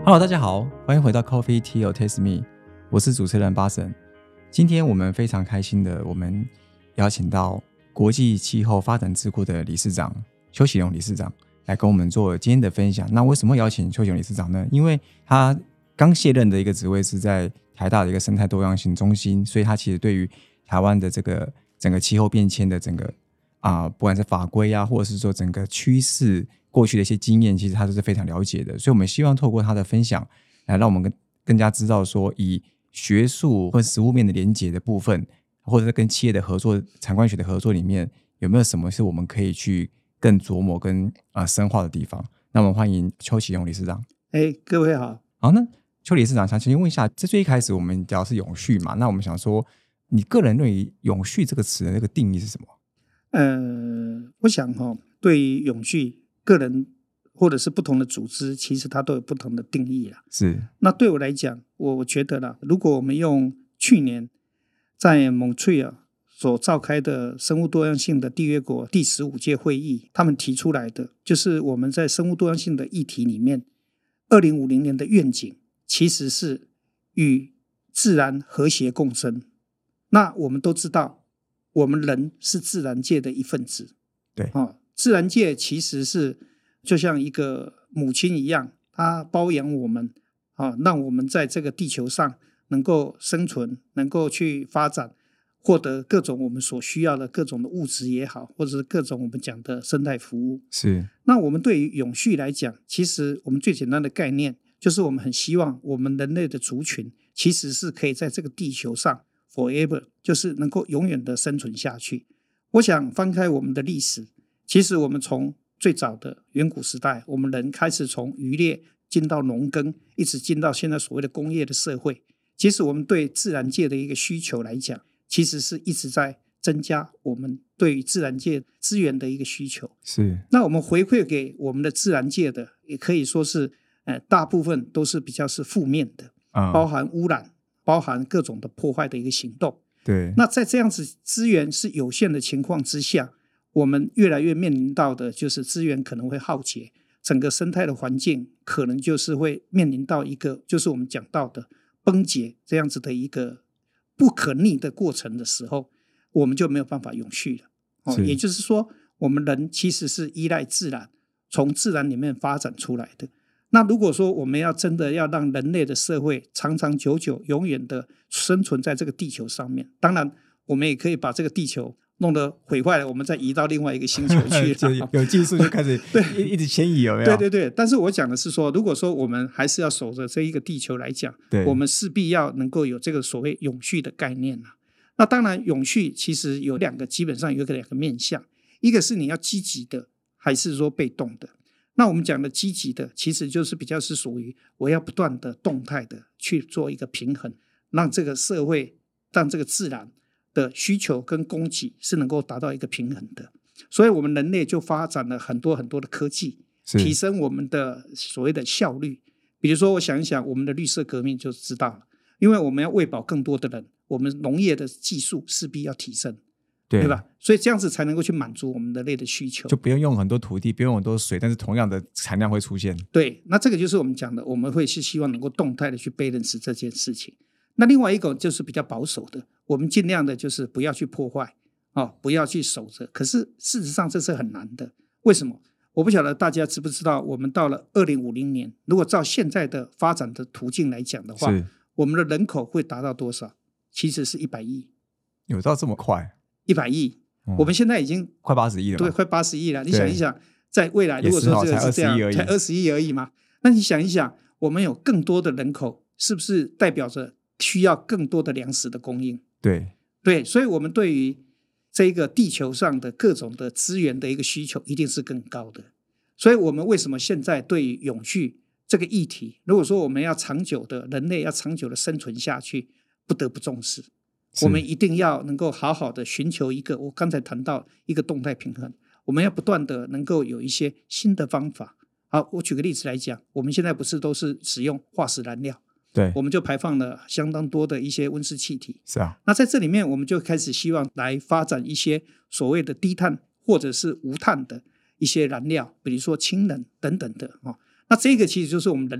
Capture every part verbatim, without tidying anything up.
Hello， 大家好，欢迎回到 Coffee Tea or Taste Me， 我是主持人巴神。今天我们非常开心的，我们邀请到国际气候发展智库的理事长邱启荣理事长来跟我们做今天的分享。那为什么邀请邱启荣理事长呢？因为他刚卸任的一个职位是在台大的一个生态多样性中心，所以他其实对于台湾的这个整个气候变迁的整个啊、呃，不管是法规啊，或者是说整个趋势。过去的一些经验其实他都是非常了解的，所以我们希望透过他的分享来让我们更加知道说以学术或实务面的连结的部分，或者是跟企业的合作产官学的合作里面有没有什么是我们可以去更琢磨跟、呃、深化的地方。那我们欢迎邱启荣理事长。 哎，各位好。 好，那邱理事长想请问一下，这最一开始我们讲的是永续嘛，那我们想说你个人对于永续这个词的那个定义是什么？ 呃，我想哈、哦，对于永续个人或者是不同的组织，其实它都有不同的定义啦。 是。 那对我来讲，我我觉得啦，如果我们用去年在蒙特利尔所召开的生物多样性的缔约国第十五届会议，他们提出来的就是我们在生物多样性的议题里面，二零五零年的愿景其实是与自然和谐共生。那我们都知道，我们人是自然界的一份子。 对。 哦，自然界其实是就像一个母亲一样，它包养我们、啊、让我们在这个地球上能够生存，能够去发展，获得各种我们所需要的各种的物质也好，或者是各种我们讲的生态服务。 是。 那我们对于永续来讲，其实我们最简单的概念就是我们很希望我们人类的族群其实是可以在这个地球上 forever， 就是能够永远的生存下去。我想翻开我们的历史，其实我们从最早的远古时代，我们人开始从渔猎进到农耕，一直进到现在所谓的工业的社会，其实我们对自然界的一个需求来讲，其实是一直在增加我们对于自然界资源的一个需求。 是。 那我们回馈给我们的自然界的，也可以说是、呃、大部分都是比较是负面的、嗯、包含污染，包含各种的破坏的一个行动。 对。 那在这样子资源是有限的情况之下，我们越来越面临到的就是资源可能会耗竭，整个生态的环境可能就是会面临到一个就是我们讲到的崩解这样子的一个不可逆的过程的时候，我们就没有办法永续了、哦、也就是说我们人其实是依赖自然，从自然里面发展出来的。那如果说我们要真的要让人类的社会长长久久永远的生存在这个地球上面，当然我们也可以把这个地球弄得毁坏了，我们再移到另外一个星球去有技术就开始一直迁移，有没有？ 对对对。但是我讲的是说，如果说我们还是要守着这一个地球来讲，我们势必要能够有这个所谓永续的概念、啊、那当然永续其实有两个，基本上有两个面向，一个是你要积极的还是说被动的。那我们讲的积极的其实就是比较是属于我要不断的动态的去做一个平衡，让这个社会让这个自然的需求跟供给是能够达到一个平衡的。所以我们人类就发展了很多很多的科技，提升我们的所谓的效率。比如说我想一想，我们的绿色革命就知道了，因为我们要喂饱更多的人，我们农业的技术势必要提升， 对, 对吧？所以这样子才能够去满足我们人类的需求， 就不用用很多土地，不用很多水，但是同样的产量会出现。 对，那这个就是我们讲的，我们会是希望能够动态的去balance这件事情。那另外一个就是比较保守的，我们尽量的就是不要去破坏、哦、不要去守着。可是事实上这是很难的。为什么？我不晓得大家知不知道，我们到了二零五零年，如果照现在的发展的途径来讲的话，我们的人口会达到多少？其实是一百亿。 有到这么快？ 一百亿、嗯、我们现在已经快八十亿了。 对，快八十亿了。你想一想，在未来如果说这个是这样，才二十亿而已嘛。那你想一想，我们有更多的人口，是不是代表着需要更多的粮食的供应？ 对对，所以我们对于这个地球上的各种的资源的一个需求一定是更高的。所以我们为什么现在对于永续这个议题，如果说我们要长久的人类要长久的生存下去，不得不重视。我们一定要能够好好的寻求一个，我刚才谈到一个动态平衡，我们要不断的能够有一些新的方法。好，我举个例子来讲，我们现在不是都是使用化石燃料， 对， 我们就排放了相当多的一些温室气体。 是啊， 那在这里面我们就开始希望来发展一些所谓的低碳或者是无碳的一些燃料，比如说氢能等等的、哦、那这个其实就是我们人类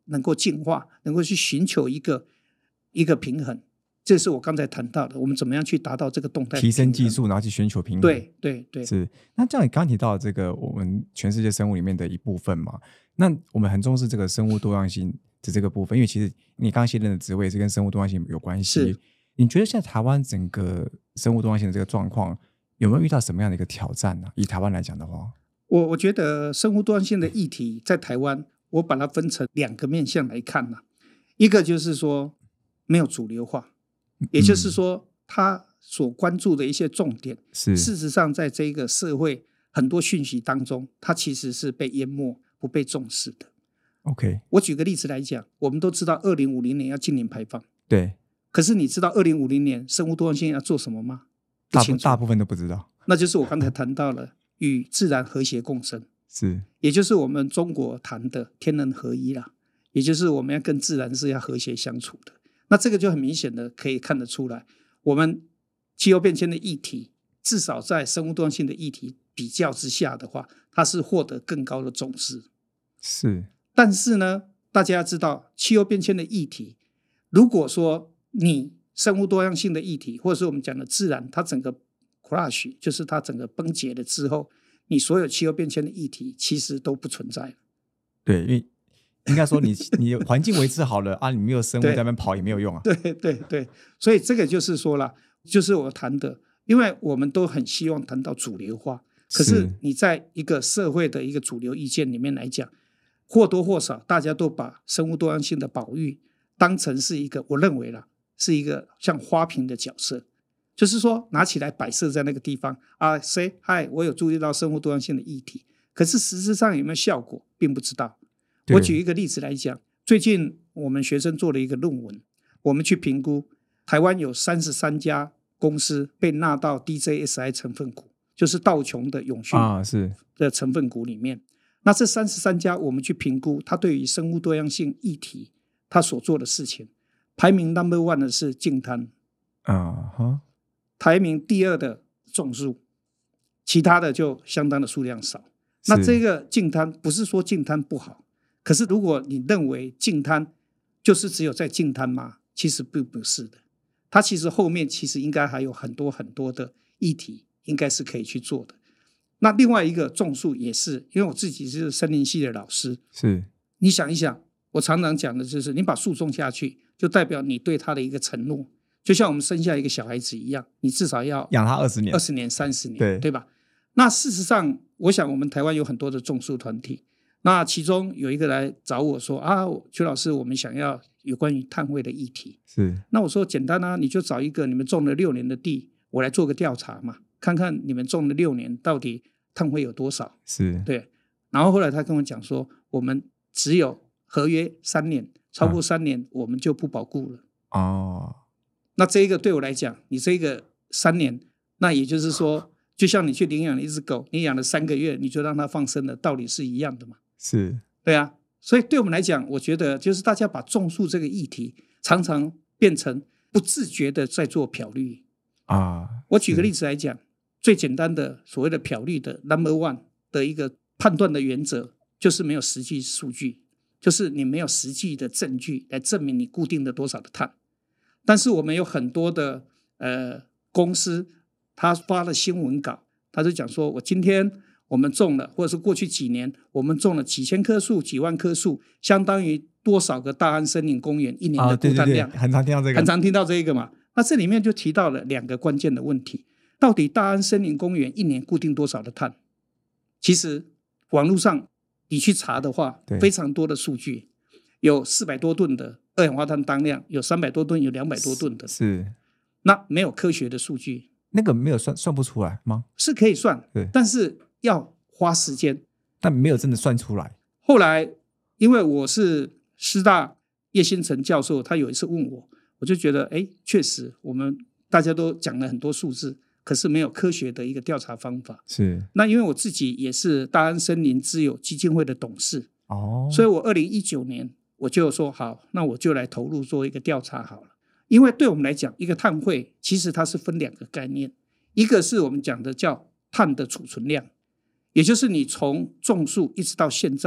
能够进化，能够去寻求一个一个平衡。这是我刚才谈到的，我们怎么样去达到这个动态提升技术，然后去寻求平衡。 对对对， 是。那这样你刚刚提到这个我们全世界生物里面的一部分嘛，那我们很重视这个生物多样性的这个部分，因为其实你刚刚卸任的职位是跟生物多样性有关系。 是。 你觉得现在台湾整个生物多样性的这个状况有没有遇到什么样的一个挑战呢、啊？以台湾来讲的话， 我我觉得生物多样性的议题在台湾，我把它分成两个面向来看呢、啊。一个就是说没有主流化，也就是说他所关注的一些重点， 是事实上在这个社会很多讯息当中，它其实是被淹没、不被重视的。 OK， 我举个例子来讲，我们都知道二零五零年要净零排放， 对。 可是你知道二零五零年生物多样性要做什么吗？ 大部大部分都不知道。 那就是我刚才谈到了与自然和谐共生， 是， 也就是我们中国谈的天人合一啦，也就是我们要跟自然是要和谐相处的。那这个就很明显的可以看得出来，我们气候变迁的议题，至少在生物多样性的议题比较之下的话，它是获得更高的重视。 是， 但是呢，大家要知道，气候变迁的议题，如果说你生物多样性的议题，或者是我们讲的自然，它整个 crash 就是它整个崩解了之后，你所有气候变迁的议题其实都不存在了。 对，因为应该说你你环境维持好了啊，你没有生物在那边跑也没有用啊。 对对对，所以这个就是说了，就是我谈的，因为我们都很希望谈到主流化，可是你在一个社会的一个主流意见里面来讲，或多或少大家都把生物多样性的保育当成是一个，我认为啦，是一个像花瓶的角色，就是说拿起来摆设在那个地方啊 ，say hi， 我有注意到生物多样性的议题，可是实质上有没有效果，并不知道。我举一个例子来讲，最近我们学生做了一个论文，我们去评估台湾有三十三家公司被纳到 D J S I 成分股，就是道琼的永续的成分股里面。啊、那这三十三家，我们去评估它对于生物多样性议题它所做的事情，排名 number one 的是净滩， 啊哈， 排名第二的种树，其他的就相当的数量少。那这个净滩不是说净滩不好，可是如果你认为净滩就是只有在净滩吗？其实并不是的，它其实后面其实应该还有很多很多的议题应该是可以去做的。那另外一个种树也是，因为我自己是森林系的老师， 是你想一想，我常常讲的就是你把树种下去，就代表你对它的一个承诺，就像我们生下一个小孩子一样，你至少要养他二十年、 二十年、三十年， 对对吧？那事实上，我想我们台湾有很多的种树团体，那其中有一个来找我说啊，邱老师，我们想要有关于碳汇的议题。 是， 那我说简单啊，你就找一个你们种了六年的地，我来做个调查嘛，看看你们种了六年到底碳汇有多少。 是， 对。然后后来他跟我讲说，我们只有合约三年，超过三年我们就不保固了。 哦， 那这个对我来讲，你这个三年，那也就是说，就像你去领养一只狗，你养了三个月，你就让它放生了，道理是一样的嘛？ 是， 对啊。所以对我们来讲，我觉得就是大家把种树这个议题，常常变成不自觉的在做漂绿啊。 我举个例子来讲，最简单的所谓的漂绿的 number one 的一个判断的原则，就是没有实际数据，就是你没有实际的证据来证明你固定的多少的碳。但是我们有很多的呃公司，他发了新闻稿，他就讲说，我今天我们种了，或者是过去几年我们种了几千棵树、几万棵树，相当于多少个大安森林公园一年的固碳量。 哦、对对对，很常听到这个， 很常听到这个嘛。那这里面就提到了两个关键的问题，到底大安森林公园一年固定多少的碳？其实网络上你去查的话，非常多的数据，有四百多吨的二氧化碳当量，有三百多吨，有两百多吨的， 是。 那没有科学的数据， 那个没有算算不出来吗？ 是可以算， 对， 但是要花时间， 但没有真的算出来。 后来因为我是师大叶新成教授，他有一次问我，我就觉得哎，确实我们大家都讲了很多数字，可是没有科学的一个调查方法。 是。 那因为我自己也是大安森林之友基金会的董事， 哦， 所以我二零一九年我就说好，那我就来投入做一个调查好了。因为对我们来讲，一个碳汇其实它是分两个概念，一个是我们讲的叫碳的储存量，也就是你从种树一直到现在，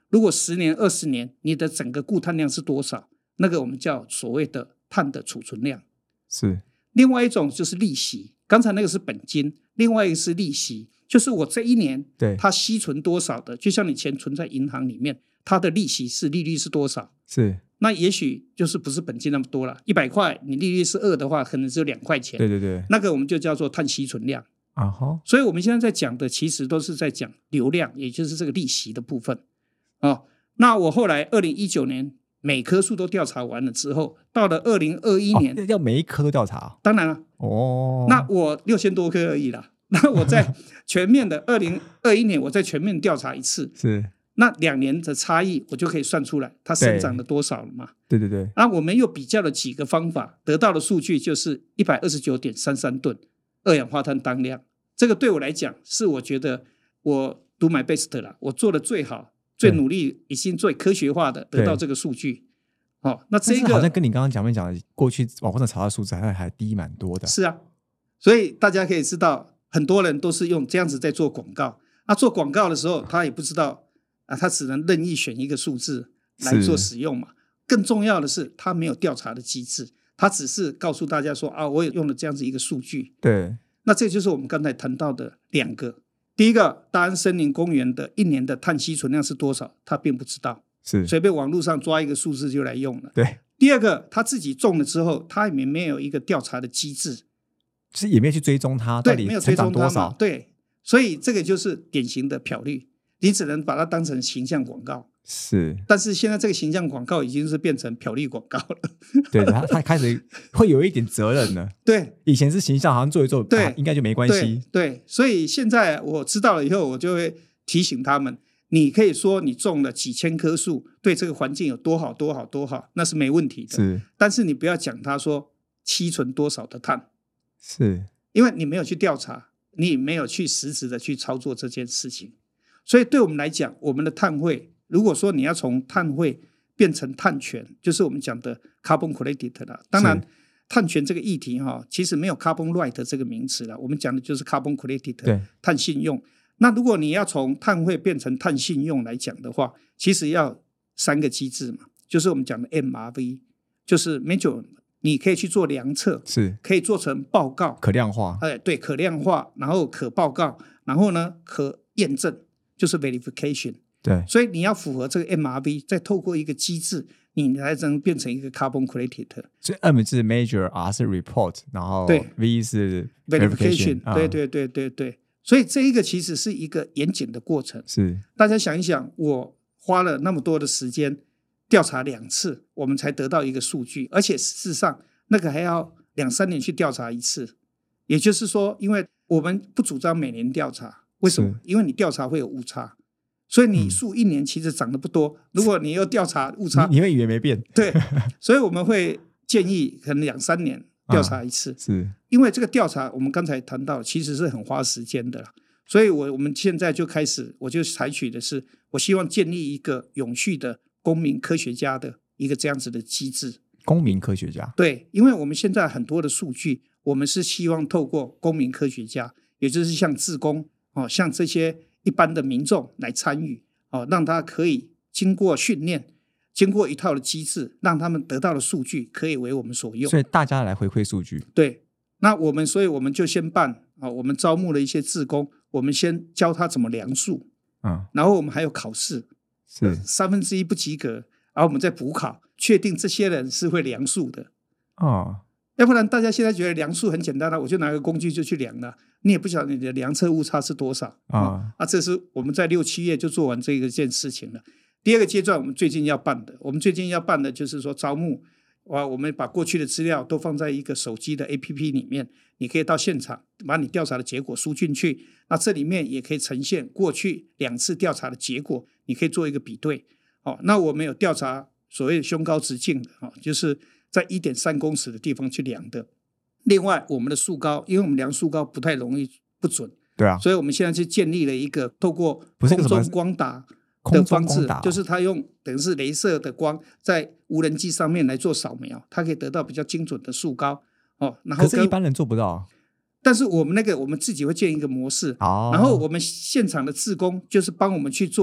如果十年二十年你的整个固碳量是多少，那个我们叫所谓的碳的储存量。 是。 另外一种就是利息，刚才那个是本金，另外一个是利息，就是我这一年它吸存多少的，就像你钱存在银行里面，它的利息是利率是多少， 是。 那也许就是不是本金那么多了，一百块你利率是二的话，可能只有两块钱， 对对对， 那个我们就叫做碳吸存量啊哈。 所以我们现在在讲的其实都是在讲流量，也就是这个利息的部分哦。那我后来二零一九年每棵树都调查完了之后，到了二零二一年、 哦、要每一棵都调查？ 当然了哦，那我六千多棵而已啦。那我在全面的二零二一年我再全面调查一次， 是。 那两年的差异我就可以算出来它生长了多少了嘛。 对对对。 那我们又比较了几个方法，得到的数据就是 一百二十九点三三 吨二氧化碳当量。这个对我来讲是我觉得我 do my best 啦，我做的最好最努力已经最科学化的得到这个数据。哦，那这个好像跟你刚刚讲面讲的过去网络上查到的数字还还低蛮多的。 是啊，所以大家可以知道很多人都是用这样子在做广告。那做广告的时候他也不知道啊，他只能任意选一个数字来做使用嘛。更重要的是他没有调查的机制，他只是告诉大家说啊，我也用了这样子一个数据。 对， 那这就是我们刚才谈到的两个。第一个，大安森林公园的一年的碳吸存量是多少，他并不知道， 是随便网络上抓一个数字就来用了。 对。 第二个，他自己种了之后，他也没有一个调查的机制， 就是也没有去追踪它到底成长多少。 对，所以这个就是典型的漂绿，你只能把它当成形象广告。 是， 但是现在这个形象广告已经是变成漂绿广告了。 对，他他开始会有一点责任了。 对， 以前是形象，好像做一做，对、啊，应该就没关系。 对，对，所以现在我知道了以后，我就会提醒他们，你可以说你种了几千棵树，对这个环境有多好多好多好，那是没问题的。 是， 但是你不要讲他说吸存多少的碳， 是因为你没有去调查，你没有去实质的去操作这件事情。所以对我们来讲，我们的碳汇，如果说你要从碳汇变成碳权，就是我们讲的 carbon credit 啦。当然碳权这个议题哈，其实没有 carbon right 这个名词啦，我们讲的就是 carbon credit 碳信用。那如果你要从碳汇变成碳信用来讲的话，其实要三个机制嘛，就是我们讲的 M R V， 就是 measure， 你可以去做量测， 是可以做成报告， 可量化。 哎，对，可量化，然后可报告，然后呢可验证，就是 verification。 对， 所以你要符合这个 M R V， 再透过一个机制，你才能变成一个 carbon credit。 所以 M 是 measure，R 是 report， 然后 V 是 verification。 verification。 对对对对对。所以这一个其实是一个严谨的过程。 是， 大家想一想，我花了那么多的时间调查两次，我们才得到一个数据，而且事实上那个还要两三年去调查一次。也就是说，因为我们不主张每年调查，为什么？因为你调查会有误差。所以你树一年其实长得不多，嗯、如果你又调查误差， 你, 你会以为没变。 对，所以我们会建议可能两三年调查一次，啊、 是因为这个调查我们刚才谈到，其实是很花时间的啦。所以我我们现在就开始，我就采取的是，我希望建立一个永续的公民科学家的一个这样子的机制。 公民科学家， 对，因为我们现在很多的数据，我们是希望透过公民科学家，也就是像志工哦，像这些一般的民众来参与哦，让他可以经过训练，经过一套的机制，让他们得到的数据可以为我们所用。 所以大家来回馈数据。 对，那我们所以我们就先办啊，我们招募了一些志工，我们先教他怎么量数，嗯，然后我们还有考试， 是三分之一不及格，然后我们再补考，确定这些人是会量数的。哦。要不然大家现在觉得量数很简单了，我就拿个工具就去量了，你也不晓得你的量测误差是多少啊、哦？啊，这是我们在六七月就做完这个件事情了。第二个阶段，我们最近要办的，我们最近要办的就是说招募，哇，我们把过去的资料都放在一个手机的 A P P 里面，你可以到现场把你调查的结果输进去，那这里面也可以呈现过去两次调查的结果，你可以做一个比对。哦，那我们有调查所谓的胸高直径的，哦，就是在 一点三公尺的地方去量的。另外我们的树高，因为我们量树高不太容易不准， 对啊， 所以我们现在就建立了一个透过空中光打的方式，就是它用等于是雷射的光在无人机上面来做扫描，它可以得到比较精准的树高。哦，然后可是一般人做不到。 但是我们那个我们自己会建一个模式，哦，然后我们现场的志工就是帮我们去做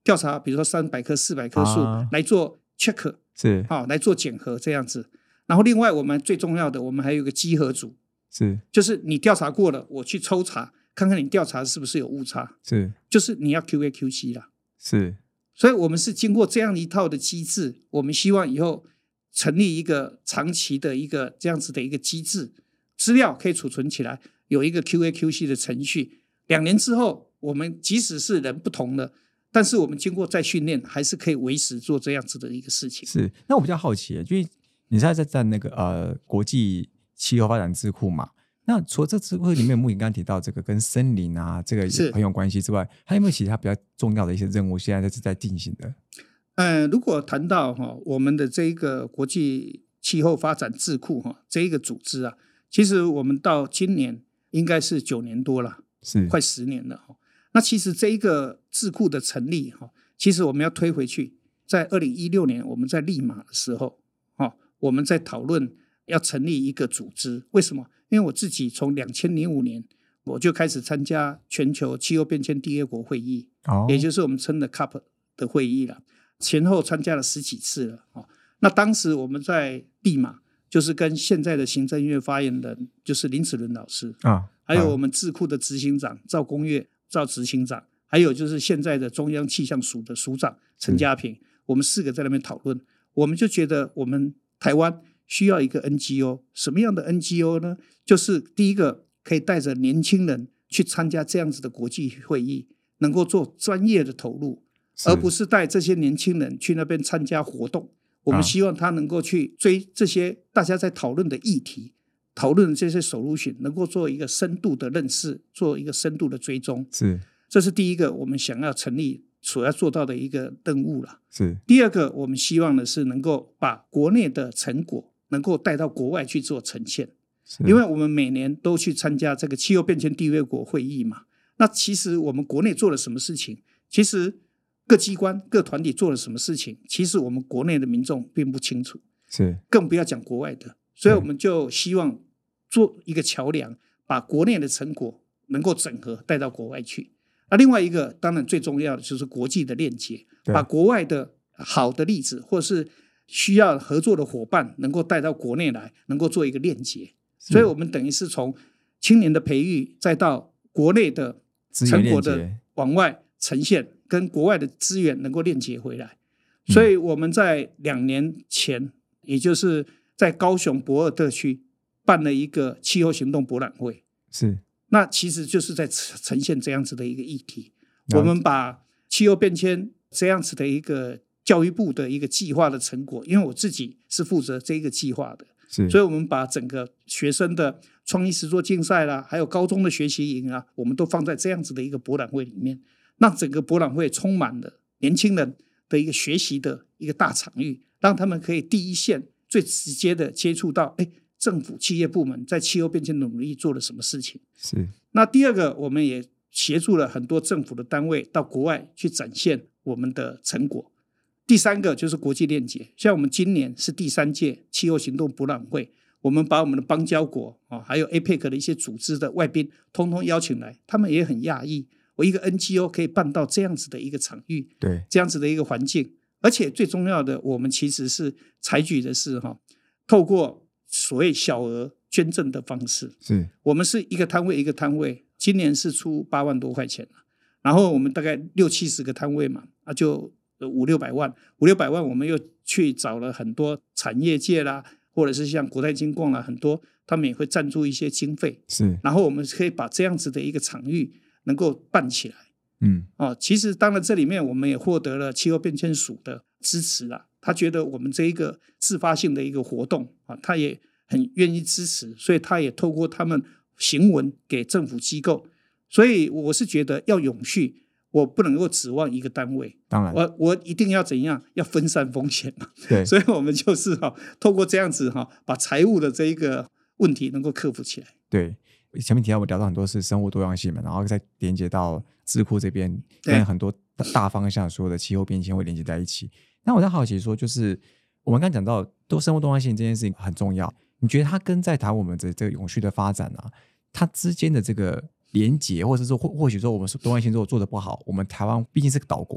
调查，比如说三百棵、四百棵树、啊、来做 check， 是好、哦、来做检核这样子。然后另外我们最重要的，我们还有一个稽核组， 是就是你调查过了，我去抽查看看你调查是不是有误差， 是就是你要 Q A Q C 啦， 是。 所以我们是经过这样一套的机制，我们希望以后成立一个长期的一个这样子的一个机制，资料可以储存起来，有一个 Q A Q C 的程序，两年之后我们即使是人不同了，但是我们经过再训练还是可以维持做这样子的一个事情。 是，那我比较好奇，因为你现在在在那个呃国际气候发展智库嘛，那除了这智库里面目前刚刚提到这个跟森林啊这个很有关系之外，还有没有其他比较重要的一些任务现在是在进行的？ 呃，如果谈到、哦、我们的这一个国际气候发展智库、哦、这一个组织啊，其实我们到今年应该是九年多了， 是快十年了、哦、那其实这一个智库的成立、哦、其实我们要推回去，在二零一六年我们在利马的时候、哦、我们在讨论要成立一个组织。为什么？因为我自己从二零零五年我就开始参加全球气候变迁缔约国会议、哦、也就是我们称的 C O P 的会议了，前后参加了十几次了、哦、那当时我们在利马就是跟现在的行政院发言人就是林子伦老师、啊、还有我们智库的执行长赵公岳赵执行长，还有就是现在的中央气象署的署长陈家平，我们四个在那边讨论，我们就觉得我们台湾需要一个 N G O。 什么样的 N G O 呢？就是第一个可以带着年轻人去参加这样子的国际会议，能够做专业的投入，而不是带这些年轻人去那边参加活动。我们希望他能够去追这些大家在讨论的议题，讨论的这些 solution， 能够做一个深度的认识，做一个深度的追踪。 是， 这是第一个我们想要成立所要做到的一个任务了。 是。 第二个我们希望的是能够把国内的成果能够带到国外去做呈现，因为我们每年都去参加这个气候变迁缔约国会议嘛，那其实我们国内做了什么事情，其实各机关各团体做了什么事情，其实我们国内的民众并不清楚， 是， 更不要讲国外的。所以我们就希望做一个桥梁，把国内的成果能够整合带到国外去。那另外一个当然最重要的就是国际的链接，把国外的好的例子或是需要合作的伙伴能够带到国内来，能够做一个链接。所以我们等于是从青年的培育再到国内的成果的往外呈现，跟国外的资源能够链接回来。所以我们在两年前、嗯、也就是在高雄博尔特区办了一个气候行动博览会， 是， 那其实就是在呈现这样子的一个议题。我们把气候变迁这样子的一个教育部的一个计划的成果，因为我自己是负责这个计划的，所以我们把整个学生的创意实作竞赛啦，还有高中的学习营啊，我们都放在这样子的一个博览会里面，让整个博览会充满了年轻人的一个学习的一个大场域，让他们可以第一线最直接的接触到诶政府企业部门在气候变迁努力做了什么事情。 是。 那第二个，我们也协助了很多政府的单位到国外去展现我们的成果。第三个就是国际链接，像我们今年是第三届气候行动博览会，我们把我们的邦交国、哦、还有 A P E C 的一些组织的外宾通通邀请来，他们也很讶异，我一个 N G O 可以办到这样子的一个场域， 对， 这样子的一个环境。而且最重要的，我们其实是采取的是、哦、透过所谓小额捐赠的方式， 是， 我们是一个摊位一个摊位，今年是出八万多块钱，然后我们大概六七十个摊位嘛，啊就五六百万，五六百万，我们又去找了很多产业界啦，或者是像国泰金矿啦，很多他们也会赞助一些经费， 是， 然后我们可以把这样子的一个场域能够办起来。 嗯， 哦，其实当然这里面我们也获得了气候变迁署的支持啦，他觉得我们这一个自发性的一个活动啊，他也很愿意支持，所以他也透过他们行文给政府机构。所以我是觉得要永续，我不能够指望一个单位， 当然我, 我一定要怎样，要分散风险嘛。 对， 所以我们就是、哦、透过这样子、哦、把财务的这一个问题能够克服起来。 对，前面提到我聊到很多是生物多样性嘛，然后再连接到智库这边跟很多大方向所有的气候变迁会连接在一起。那我在好奇说，就是我们刚才讲到多生物多样性这件事情很重要，你觉得它跟在谈我们的这个永续的发展啊，它之间的这个连结，或者是说或或许说我们多样性如果做得不好，我们台湾毕竟是个岛国，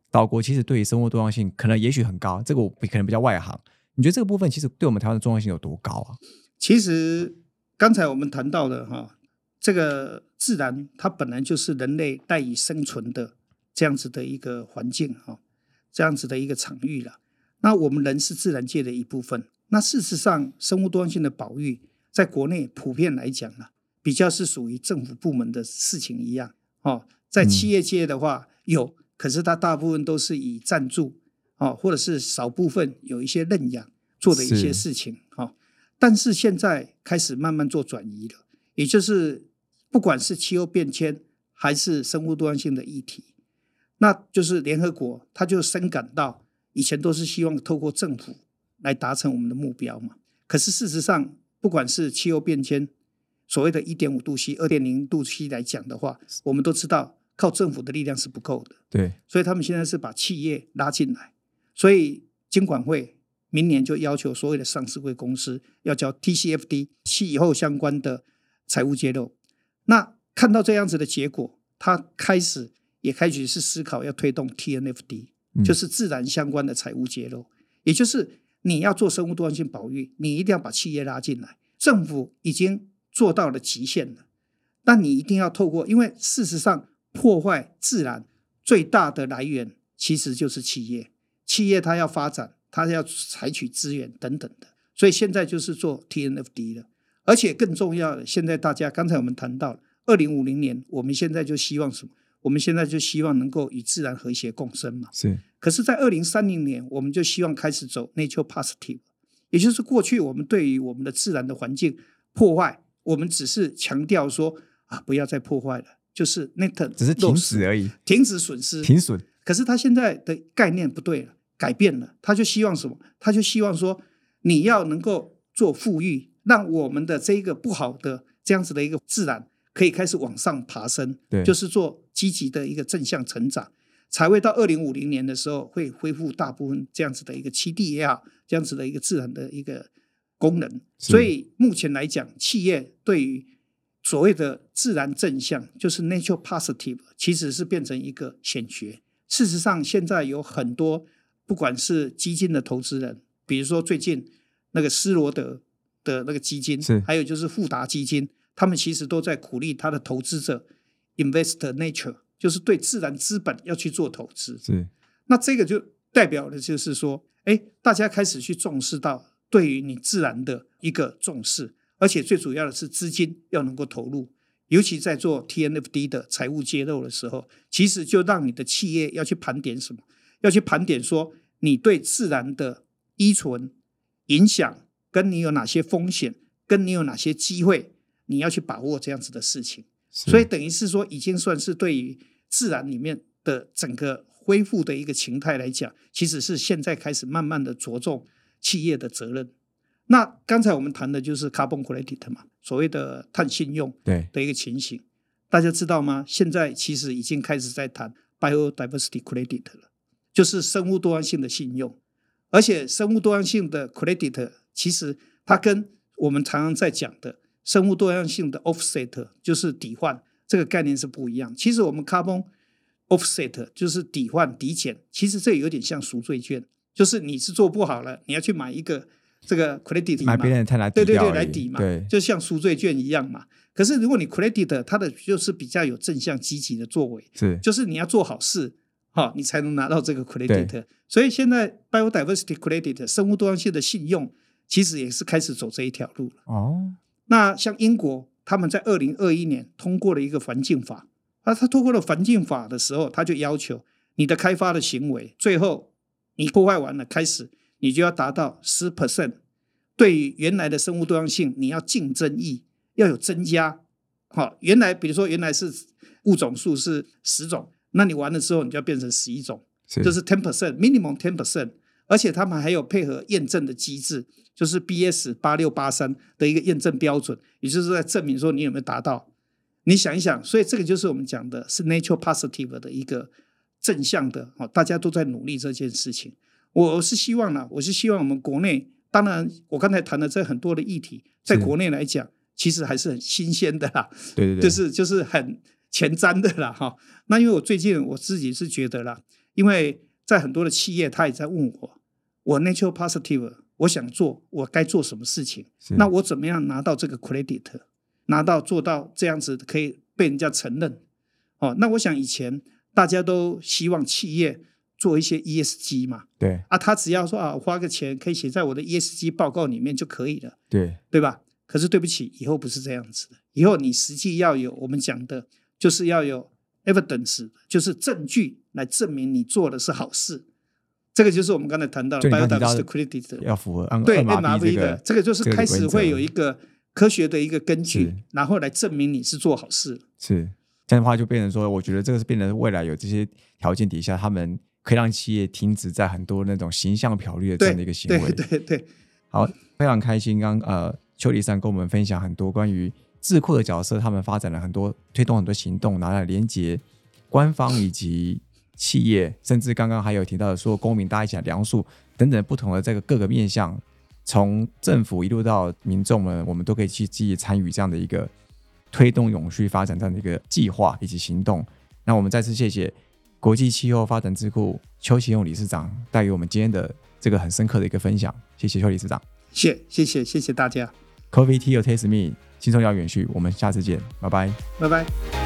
岛国其实对于生物多样性可能也许很高，这个我可能比较外行，你觉得这个部分其实对我们台湾的重要性有多高啊？ 其实刚才我们谈到的哈，这个自然它本来就是人类赖以生存的这样子的一个环境哈，这样子的一个场域了。那我们人是自然界的一部分，那事实上生物多样性的保育在国内普遍来讲呢，比较是属于政府部门的事情一样哦。在企业界的话、嗯、有，可是它大部分都是以赞助哦，或者是少部分有一些认养做的一些事情哦。但是现在开始慢慢做转移了，也就是不管是气候变迁还是生物多样性的议题，那就是联合国它就深感到以前都是希望透过政府来达成我们的目标嘛，可是事实上不管是气候变迁所谓的 一点五 度 C 二点零 度 C 来讲的话，我们都知道靠政府的力量是不够的， 对， 所以他们现在是把企业拉进来，所以金管会明年就要求所有的上市柜公司要交 T C F D 气候相关的财务揭露。那看到这样子的结果，他开始也开始是思考要推动 T N F D、嗯、就是自然相关的财务揭露，也就是你要做生物多样性保育，你一定要把企业拉进来，政府已经做到了极限了，但你一定要透过，因为事实上破坏自然最大的来源其实就是企业，企业它要发展，它要采取资源等等的，所以现在就是做 T N F D 了。而且更重要的，现在大家刚才我们谈到了二零五零年，我们现在就希望什么？我们现在就希望能够与自然和谐共生嘛。 是。 可是在二零三零年，我们就希望开始走 Nature Positive， 也就是过去我们对于我们的自然的环境破坏，我们只是强调说啊，不要再破坏了，就是 Net 只是停止而已， 停止损失， 停损。 可是他现在的概念不对了，改变了，他就希望什么？他就希望说你要能够做富裕，让我们的这个不好的这样子的一个自然可以开始往上爬升，就是做积极的一个正向成长，才会到二零五零年的时候会恢复大部分这样子的一个栖地也好，这样子的一个自然的一个功能。所以目前来讲，企业对于所谓的自然正向，就是 Nature Positive， 其实是变成一个显学。事实上现在有很多不管是基金的投资人，比如说最近那个施罗德的那个基金，还有就是富达基金，他们其实都在鼓励他的投资者 invest nature， 就是对自然资本要去做投资。 是， 那这个就代表的就是说，哎，大家开始去重视到对于你自然的一个重视，而且最主要的是资金要能够投入，尤其在做 T N F D 的财务揭露的时候，其实就让你的企业要去盘点什么，要去盘点说你对自然的依存影响，跟你有哪些风险，跟你有哪些机会，你要去把握这样子的事情。所以等于是说已经算是对于自然里面的整个恢复的一个形态来讲，其实是现在开始慢慢的着重企业的责任。那刚才我们谈的就是 carbon credit 嘛，所谓的碳信用的一个情形，大家知道吗？现在其实已经开始在谈 biodiversity credit 了，就是生物多样性的信用。而且生物多样性的 credit 其实它跟我们常常在讲的生物多样性的 offset 就是抵换，这个概念是不一样。其实我们 carbon offset 就是抵换抵减，其实这有点像赎罪券，就是你是做不好了，你要去买一个这个 credit 买别人的碳来抵掉而已， 对对对，来抵嘛，就像赎罪券一样嘛。可是如果你 credit 它的就是比较有正向积极的作为， 是就是你要做好事、哦、你才能拿到这个 credit。 所以现在 biodiversity credit 生物多样性的信用其实也是开始走这一条路了、 哦、 那像英国他们在二零二一年通过了一个环境法，那他通过了环境法的时候，他就要求你的开发的行为最后你破坏完了开始你就要达到 百分之十， 对于原来的生物多样性你要竞争力要有增加、哦、原来比如说原来是物种数是十种，那你完了之后你就要变成十一种，是就是 百分之十 minimum 百分之十， 而且他们还有配合验证的机制，就是 B S 八六八三 的一个验证标准，也就是在证明说你有没有达到。你想一想，所以这个就是我们讲的是 nature positive 的一个正向的、哦、大家都在努力这件事情。我是希望啦，我是希望我们国内，当然我刚才谈的这很多的议题在国内来讲其实还是很新鲜的啦， 对对对， 就是就是很前瞻的啦、哦、那因为我最近我自己是觉得啦， 因为在很多的企业他也在问我，我 natural positive 我想做，我该做什么事情，那我怎么样拿到这个 credit， 拿到做到这样子可以被人家承认、哦、那我想以前大家都希望企业做一些 E S G 嘛， 对啊，他只要说啊，我花个钱可以写在我的 E S G 报告里面就可以了， 对对吧？可是对不起，以后不是这样子的，以后你实际要有我们讲的就是要有 evidence， 就是证据来证明你做的是好事。这个就是我们刚才谈到的 biodiversity credit 要符合对 M R V 的、这个、这个就是开始会有一个科学的一个根据，然后来证明你是做好事。 是这样的话就变成说，我觉得这个是变成未来有这些条件底下，他们可以让企业停止在很多那种形象剽掠的这样的一个行为。 对对 对, 对好，非常开心刚呃邱理事长跟我们分享很多关于智库的角色，他们发展了很多推动很多行动，拿来连接官方以及企业，甚至刚刚还有提到的说公民大家一起来量述等等不同的这个各个面向，从政府一路到民众们，我们都可以去积极参与这样的一个推动永续发展这样的一个计划以及行动。那我们再次谢谢国际气候发展智库邱其勇理事长带给我们今天的这个很深刻的一个分享，谢谢邱理事长。 谢谢谢谢谢大家。 Coffee Tea or Taste Me 轻松聊永续，我们下次见，拜拜拜拜。